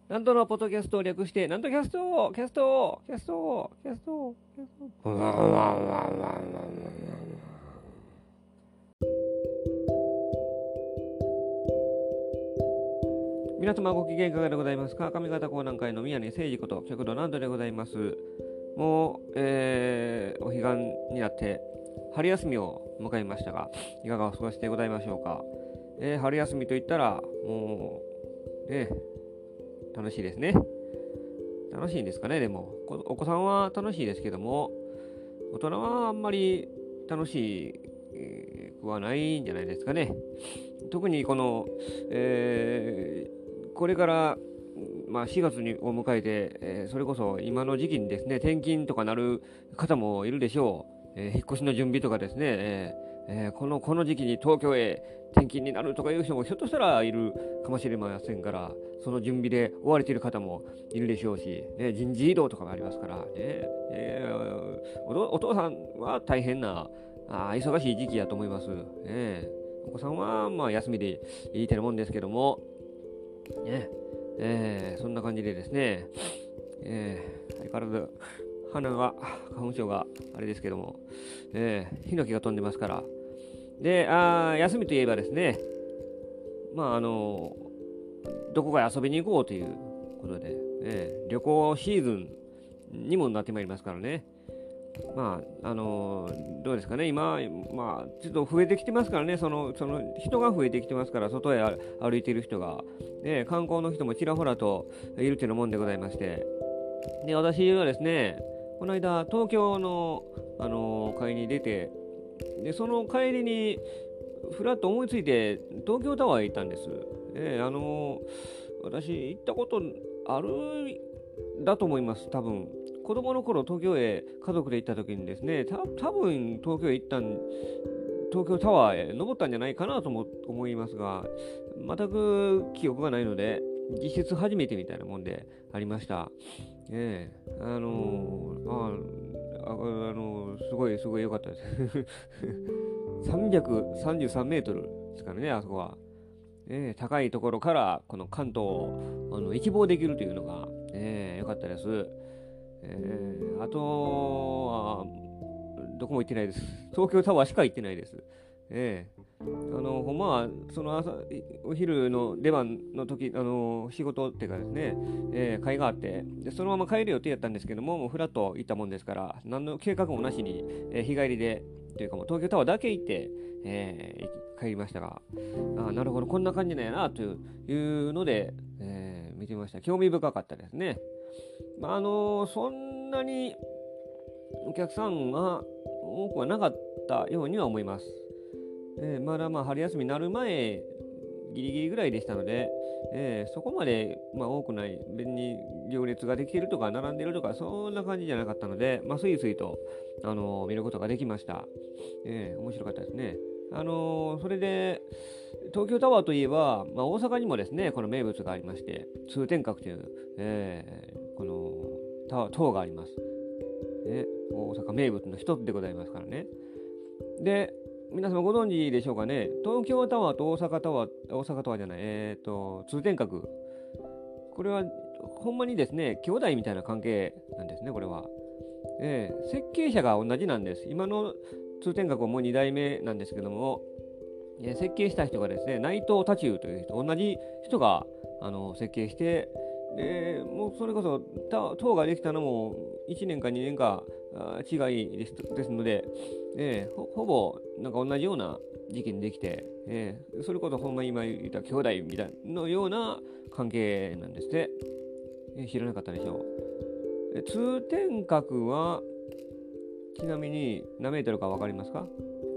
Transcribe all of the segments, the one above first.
なんとのポッドキャストを略して、なんとキャスト、キャスト、キャスト、キャスト、キャスト。皆様ご機嫌いかがでございますか。上方講談会の宮根誠司こと極度難度でございます。もう、お彼岸になって春休みを迎えましたが、いかがお過ごしでございましょうか。春休みといったらもうね、楽しいですね。楽しいんですかね。でもお子さんは楽しいですけども、大人はあんまり楽しくはないんじゃないですかね。特にこの、これから、4月を迎えて、それこそ今の時期にですね、転勤とかなる方もいるでしょう。引っ越しの準備とかですね、この時期に東京へ転勤になるとかいう人もひょっとしたらいるかもしれませんから、その準備で追われている方もいるでしょうし、ね、人事異動とかもありますからね、お父さんは大変な忙しい時期やと思います。お子さんは休みでいいてるもんですけども、そんな感じでですね、相変わらず花粉症があれですけども、ヒノキが飛んでますから。で、休みといえばですね、どこか遊びに行こうということで、旅行シーズンにもなってまいりますからね。どうですかね、今、ちょっと増えてきてますからね、その人が増えてきてますから、外へ歩いている人が、観光の人もちらほらといるというようなもんでございまして、で、私はですね、この間、東京の、会に出て、で、その帰りに、ふらっと思いついて、東京タワーへ行ったんです。私、行ったことあるだと思います、多分。子供の頃、東京へ家族で行った時にですね、多分東京へ行った東京タワーへ登ったんじゃないかなと思いますが、全く記憶がないので、実質初めてみたいなもんでありました。すごい良かったです。333メートルですからね、あそこは。高いところからこの関東を一望できるというのが、良かったです。あとは、どこも行ってないです。東京タワーしか行ってないです。ほんまは、そのお昼の出番の時、仕事っていうかですね、会があって、で、そのまま帰る予定やったんですけども、もうフラッと行ったもんですから、何の計画もなしに、日帰りで、というかもう東京タワーだけ行って、帰りましたが、なるほど、こんな感じなんやな、というので、見てみました。興味深かったですね。そんなにお客さんが多くはなかったようには思います。まだ春休みになる前ギリギリぐらいでしたので、そこまで、多くない、別に行列ができているとか並んでいるとかそんな感じじゃなかったので、スイスイと、見ることができました。面白かったですね。それで東京タワーといえば、大阪にもですねこの名物がありまして、通天閣という、この塔があります。大阪名物の一つでございますからね。で、皆様ご存知でしょうかね。東京タワーと大阪タワーじゃない、通天閣。これはほんまにですね、兄弟みたいな関係なんですね、これは。設計者が同じなんです。今の通天閣はもう2代目なんですけども、設計した人がですね、内藤多仲という人、同じ人が設計して、でもうそれこそ塔ができたのも1年か2年か違いですので、ほぼなんか同じような時期にできて、それこそほんま今言った兄弟みたいなような関係なんですって。知らなかったでしょう。通天閣はちなみに何メートルか分かりますか？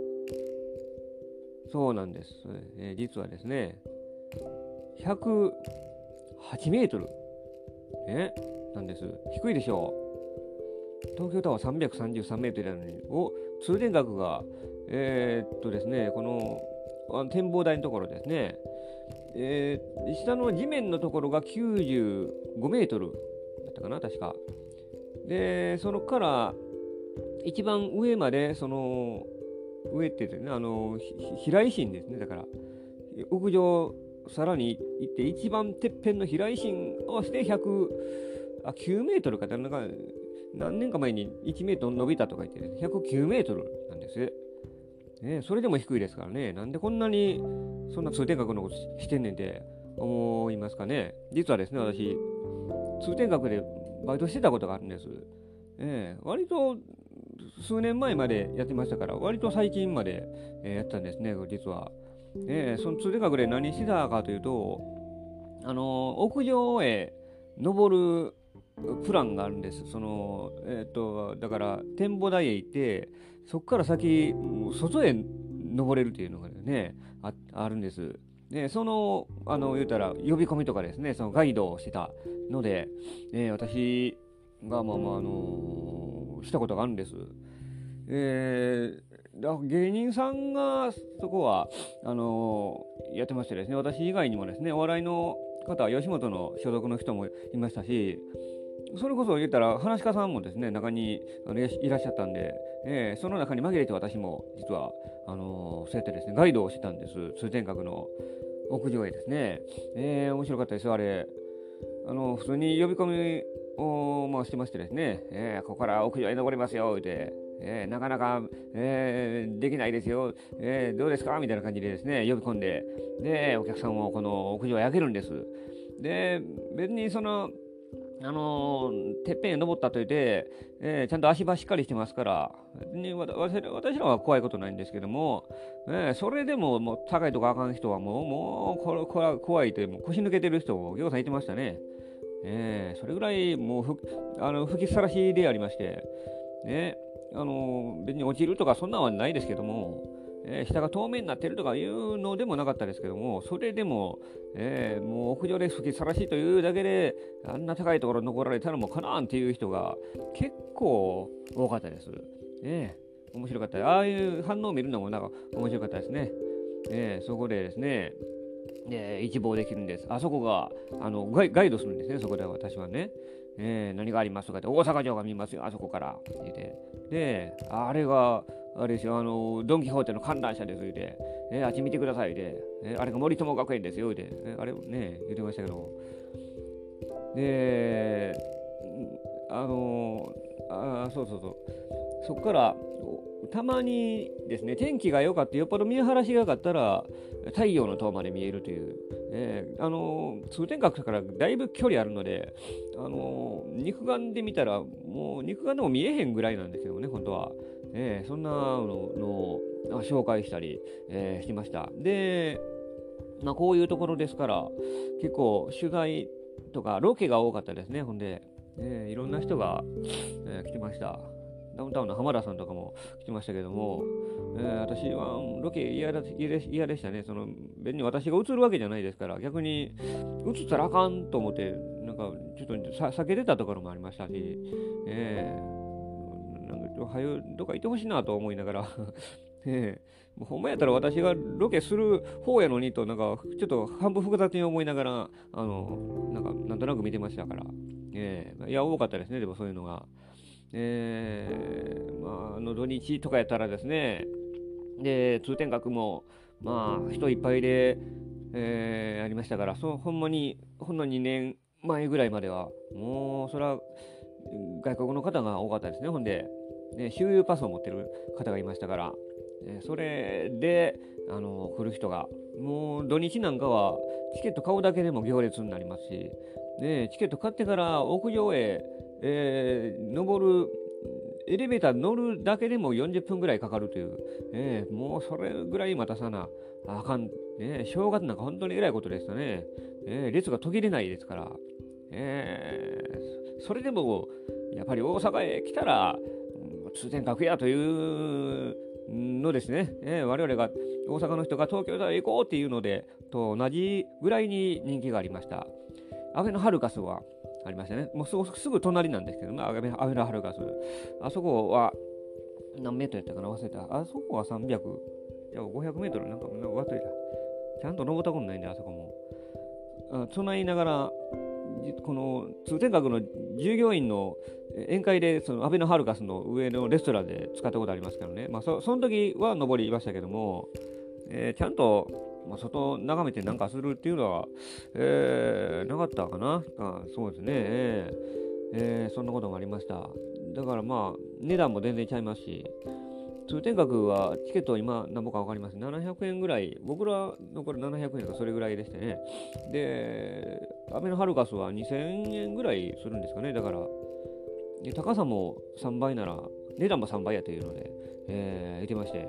そうなんです。実はですね、108メートル、なんです。低いでしょう。東京タワー333メートルなのに、通天閣が、ですね、この展望台のところですね、下の地面のところが95メートルだったかな、確か。で、そのから一番上まで、その上って言ってね、平井心ですね、だから屋上さらに行って一番てっぺんの平井心をして9メートルかなんか何年か前に1メートル伸びたとか言って、ね、109メートルなんです。それでも低いですからね。なんでこんなにそんな通天閣のことしてんねんって思いますかね。実はですね、私、通天閣でバイトしてたことがあるんです。割と数年前までやってましたから、割と最近まで、やってたんですね、実は。その通天閣で何してたかというと、屋上へ登るプランがあるんです。だから展望台へ行って、そこから先、外へ登れるというのがね、あるんです。で、言うたら、呼び込みとかですね、そのガイドをしてたので、私が、したことがあるんです。芸人さんがそこはやってましてですね、私以外にもですね、お笑いの方は吉本の所属の人もいましたし、それこそ言ったら話し家さんもですね、中にいらっしゃったんで、その中に紛れて私も実はそうやってですね、ガイドをしてたんです。通天閣の屋上へですね。面白かったですよ、あれ。普通に呼び込みを、してましてですね、ここから屋上へ登りますよ、って。なかなか、できないですよ、どうですかみたいな感じでですね、呼び込んで、で、お客さんをこの屋上へ上げるんです。で、別にてっぺんへ登ったといって、ちゃんと足場しっかりしてますから、私らは怖いことないんですけども、それでも、もう高いとこあかん人はこれは怖いと、もう腰抜けてる人もぎょうさんいてましたね。それぐらいもう吹きさらしでありまして、別に落ちるとかそんなんはないですけども、下が透明になってるとかいうのでもなかったですけども、それでも、もう屋上で吹きさらしというだけであんな高いところに登られたらもうかなーんっていう人が結構多かったです。面白かった。ああいう反応を見るのもなんか面白かったですね。そこでですね、一望できるんです。あそこがガイドするんですね、そこで私はね。何がありますとかって、大阪城が見ますよ、あそこから。言って。で、あれが、あれですよ、ドン・キホーテの観覧車です、言うて。あっち見てください、言うて。あれが森友学園ですよ、言うて。あれね、言ってましたけど。で、そうそうそう。そこからたまにですね、天気が良かったよっぽど見晴らしが良かったら太陽の塔まで見えるという、通天閣からだいぶ距離あるので、肉眼で見たらもう肉眼でも見えへんぐらいなんですけどね、本当は。そんなのを紹介したり、しました。で、こういうところですから結構取材とかロケが多かったですね。ほんで、いろんな人が、来てました。ダウンタウンの浜田さんとかも来てましたけども、私はロケ嫌でしたね。別に私が映るわけじゃないですから、逆に映ったらあかんと思って、なんかちょっと避けてたところもありましたし、なんかどっか行ってほしいなと思いながら、もうほんまやったら私がロケする方やのにと、なんかちょっと半分複雑に思いながら、なんとなく見てましたから、いや、多かったですね、でもそういうのが。土日とかやったらですね、で、通天閣も、人いっぱいで、ありましたから、ほんの2年前ぐらいまでは、もう、それは、外国の方が多かったですね、ほんで、周遊パスを持ってる方がいましたから、それで、来る人が、もう土日なんかは、チケット買うだけでも行列になりますし、チケット買ってから屋上へ、登る、エレベーター乗るだけでも40分ぐらいかかるという、もうそれぐらい待たさなあかん、正月なんか本当に偉いことでしたね。列が途切れないですから、それでもやっぱり大阪へ来たら、通天閣やというのですね、我々が大阪の人が東京へ行こうっていうのでと同じぐらいに人気がありました。アベノハルカスはありましたね。もうすぐ隣なんですけどね、アベノハルカス。あそこは何メートルやったかな忘れた。あそこは300、いや500メートルなんか忘れた。ちゃんと登ったことないんで、あそこも。そないながら、この通天閣の従業員の宴会でそのアベノハルカスの上のレストランで使ったことありますからね。その時は登りましたけども、ちゃんと外眺めてなんかするっていうのは、なかったかな。そうですね、そんなこともありました。だから値段も全然ちゃいますし、通天閣はチケット今何ぼか分かります。700円ぐらい、僕らの頃700円とかそれぐらいでしてね。で、アベノハルカスは2000円ぐらいするんですかね。だから、高さも3倍なら、値段も3倍やというので、言ってまして。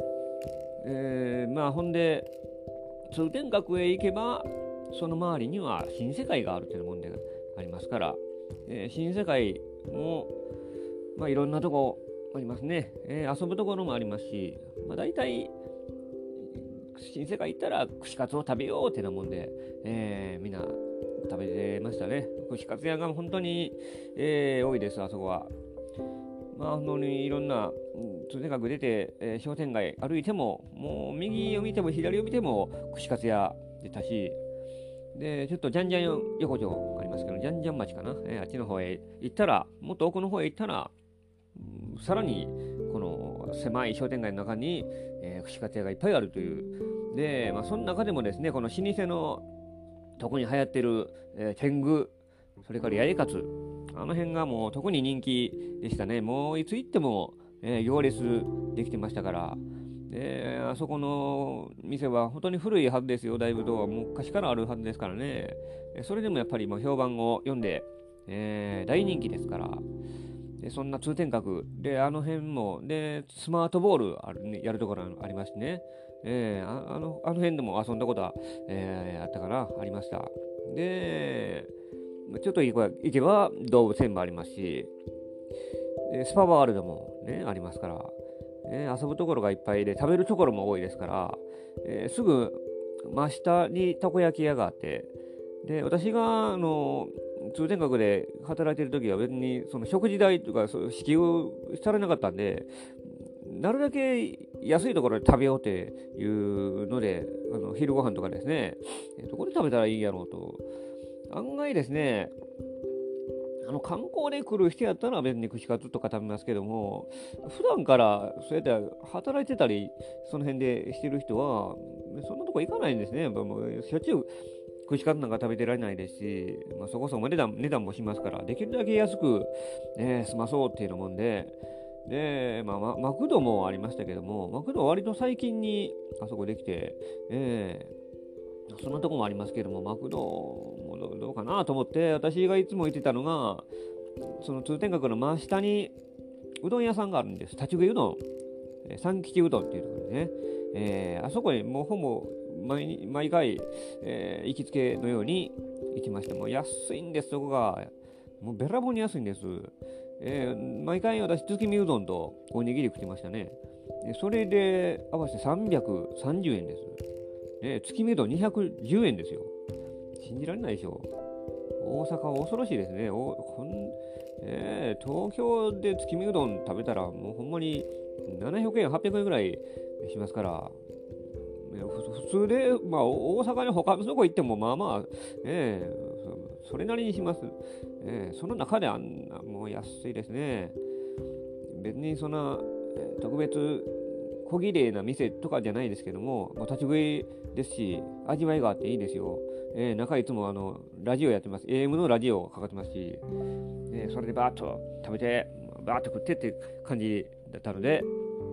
ほんで、通天閣へ行けば、その周りには新世界があるというもんでありますから、新世界も、いろんなとこありますね。遊ぶところもありますし、大体、新世界行ったら串カツを食べようってなもんで、みんな食べてましたね。串カツ屋が本当に、多いです、あそこは。本当にいろんな、とにかく出て、商店街歩いても、もう右を見ても左を見ても串カツ屋出たし、で、ちょっとじゃんじゃん横丁ありますけど、じゃんじゃん町かな、あっちの方へ行ったら、もっと奥の方へ行ったら、さらにこの狭い商店街の中に、串カツ屋がいっぱいあるという。で、その中でもですね、この老舗の特に流行ってる、天狗、それから八重カツ、あの辺がもう特に人気でしたね。もういつ行っても、行列できてましたから。あそこの店は本当に古いはずですよ、だいぶと。もう昔からあるはずですからね。それでもやっぱりもう評判を読んで、大人気ですから。でそんな通天閣で、あの辺も、で、スマートボールある、ね、やるところありましてね。あの辺でも遊んだことは、あったかな、ありました。で、ちょっと行けば動物園もありますし、スパワールドも、ね、ありますから、遊ぶところがいっぱいで、食べるところも多いですから、すぐ真下にたこ焼き屋があって、で、私が、通天閣で働いてる時は別にその食事代とか支給されなかったんで、なるだけ安いところで食べようっていうので、昼ご飯とかですね、どこで食べたらいいやろうと。案外ですね、観光で来る人やったら別に串カツとか食べますけども、普段からそうやって働いてたり、その辺でしてる人は、そんなとこ行かないんですね。やっぱもうしょっちゅう串カツなんか食べてられないですし、そこそこ値段もしますから、できるだけ安く、済まそうっていうのもんで、で、マクドもありましたけども、マクドは割と最近にあそこできて、そんなとこもありますけども、マクドもどうかなと思って、私がいつも行ってたのが、その通天閣の真下にうどん屋さんがあるんです。立ち食いうどん。三吉うどんっていうところでね。あそこにもうほぼ毎回、行きつけのように行きまして、もう安いんです、そこが。もうべらぼうに安いんです。毎回私、月見うどんとおにぎり食ってましたね。それで合わせて330円です。月見うどん210円ですよ。信じられないでしょ。大阪は恐ろしいですね。東京で月見うどん食べたらもうほんまに700円、800円ぐらいしますから、普通で、大阪に他のとこ行ってもそれなりにします。その中であんなもう安いですね。別にそんな、特別小綺麗な店とかじゃないですけども、立ち食いですし、味わいがあっていいですよ。中いつもラジオやってます。AM のラジオかかってますし、それでバーッと食べて、バーッと食ってっていう感じだったので、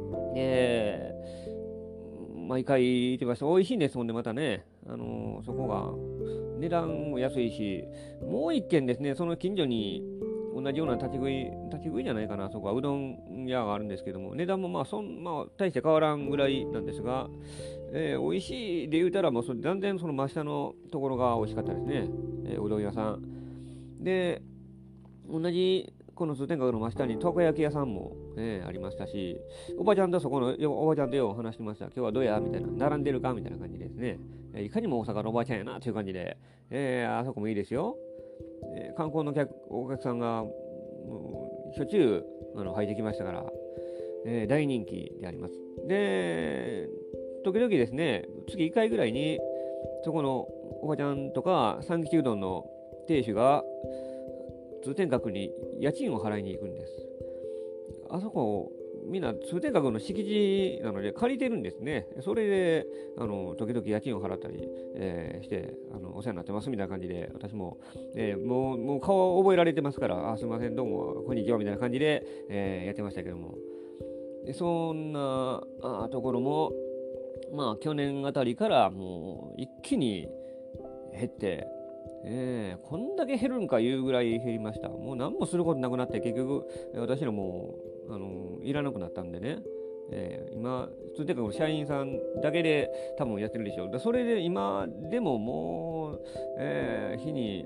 毎回行ってました。美味しいんですもんね、またね。そこが値段も安いし、もう一軒ですね、その近所に同じような立ち食いじゃないかな、そこはうどん屋があるんですけども、値段も大して変わらんぐらいなんですが、美味しいで言うたら、もう断然その真下のところが美味しかったですね、うどん屋さん。で、同じこの通天閣の真下にたこ焼き屋さんも、ありましたし、おばちゃんとそこのおばちゃんとよう話してました。今日はどうやみたいな、並んでるかみたいな感じですね。いかにも大阪のおばちゃんやなという感じで、あそこもいいですよ。観光のお客さんがしょっちゅう入ってきましたから、大人気であります。で、時々ですね、月1回ぐらいに、そこのおばちゃんとか、三吉うどんの亭主が、通天閣に家賃を払いに行くんです。あそこ、 みんな通天閣の敷地なので借りてるんですね。それで時々家賃を払ったり、してお世話になってますみたいな感じで、私も、もう顔を覚えられてますから、すみませんどうもこんにちはみたいな感じで、やってましたけども、でそんなところも去年あたりからもう一気に減って、こんだけ減るんかいうぐらい減りました。もう何もすることなくなって、結局私らもいらなくなったんでね、今通天閣の社員さんだけで多分やってるでしょう。それで今でももう、日に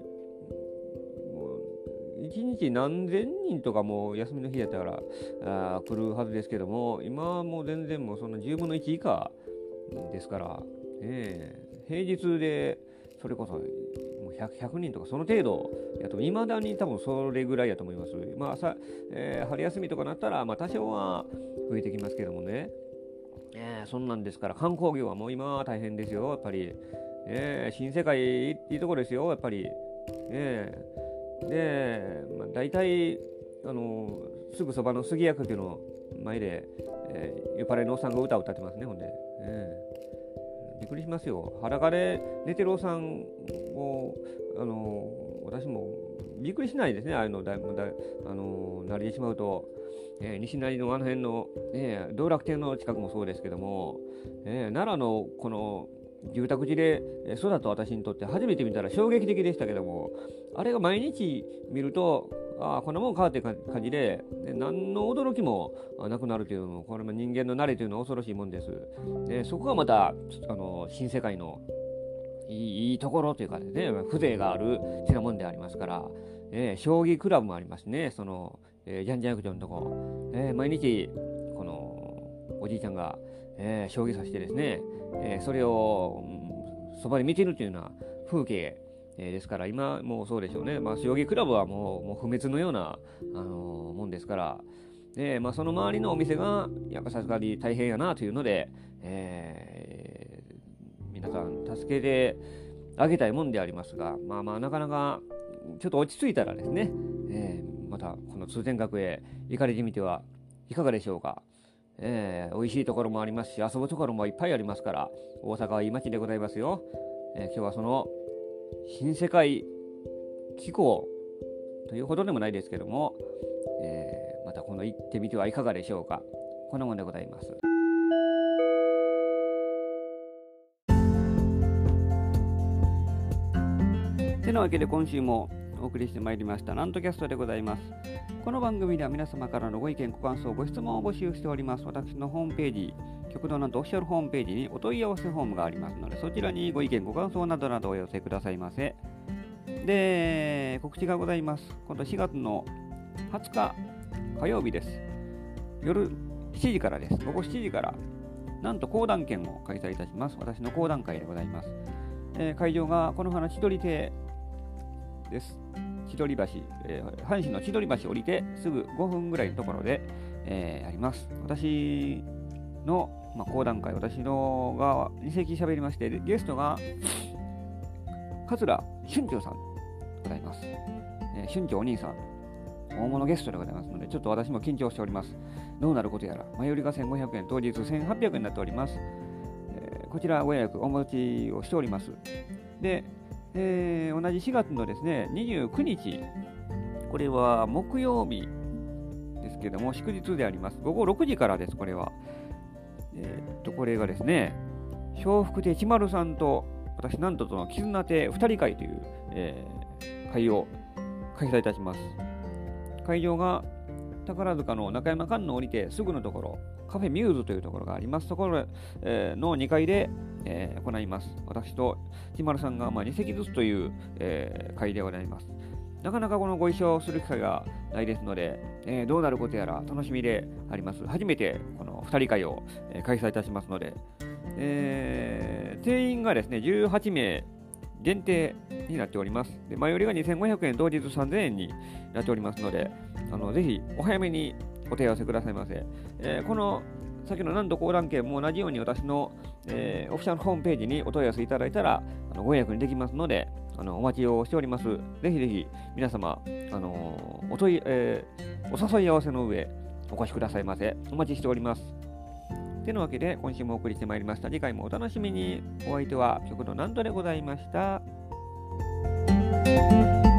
1日何千人とかも休みの日やったから来るはずですけども、今はもう全然もうそんな10分の1以下ですから、平日でそれこそもう 100人とかその程度やと、いまだに多分それぐらいやと思います。春休みとかなったら多少は増えてきますけどもね、そんなんですから、観光業はもう今は大変ですよやっぱり。新世界いいところですよやっぱり。で、大体すぐそばの杉谷区の前で、酔っ払いのおっさんが歌を歌ってますね。ほんで、びっくりしますよ。裸で寝てるおっさんを私もびっくりしないですね。ああいうの慣れてしまうと、西成の辺の、道楽天の近くもそうですけども、奈良のこの住宅地で育った私にとって初めて見たら衝撃的でしたけども、あれが毎日見るとこんなもんかって感じで、何の驚きもなくなるというの、これも人間の慣れというのは恐ろしいもんです。そこがまた新世界のいいところというかですね、風情がある品物でありますから、将棋クラブもありますね。ジャンジャン役場のとこ、毎日このおじいちゃんが、将棋指してですね、それをそばで見ているというような風景、ですから、今もそうでしょうね。将棋クラブはもう不滅のようなもんですから、その周りのお店がやっぱさすがに大変やなというので、皆さん助けてあげたいもんでありますが、なかなかちょっと落ち着いたらですね、またこの通天閣へ行かれてみてはいかがでしょうか。美味しいところもありますし、遊ぶところもいっぱいありますから、大阪はいい街でございますよ。今日はその新世界機構というほどでもないですけども、またこの行ってみてはいかがでしょうか。こんなもんでございます。てなわけで今週もお送りしてまいりましたなんとキャストでございます。この番組では皆様からのご意見ご感想ご質問を募集しております。私のホームページ、極道なんとオフィシャルホームページにお問い合わせフォームがありますので、そちらにご意見ご感想などなどお寄せくださいませ。で、告知がございます。今度4月の20日火曜日です。夜7時からです。午後7時からなんと講談券を開催いたします。私の講談会でございます。会場がこの花千鳥亭です。千鳥橋、阪神の千鳥橋降りてすぐ5分ぐらいのところで、あります。私の、講談会、私のが2席喋りまして、ゲストが桂春長さんでございます。春長お兄さん、大物ゲストでございますので、ちょっと私も緊張しております。どうなることやら、前売りが1500円、当日1800円になっております。こちらご予約お持ちをしております。で、同じ4月のですね、29日、これは木曜日ですけども、祝日であります。午後6時からです、これは。これがですね、笑福亭千丸さんと私なんとの絆亭2人会という、会を開催いたします。会場が宝塚の中山観音を降りてすぐのところ、カフェミューズというところがあります。そこの2階で、行います。私と千丸さんが2席ずつという、会でございます。なかなかこのご一緒する機会がないですので、どうなることやら楽しみであります。初めてこの2人会を、開催いたしますので、定員がですね18名限定になっております。で、前売りが2500円、当日3000円になっておりますので、ぜひお早めにお手合わせくださいませ。この先の何度講談券も同じように私の、オフィシャルホームページにお問い合わせいただいたらご予約にできますので、お待ちをしております。ぜひぜひ皆様、お誘い合わせの上お越しくださいませ。お待ちしております。てなわけで、今週もお送りしてまいりました。次回もお楽しみに。お相手は極度なんとでございました。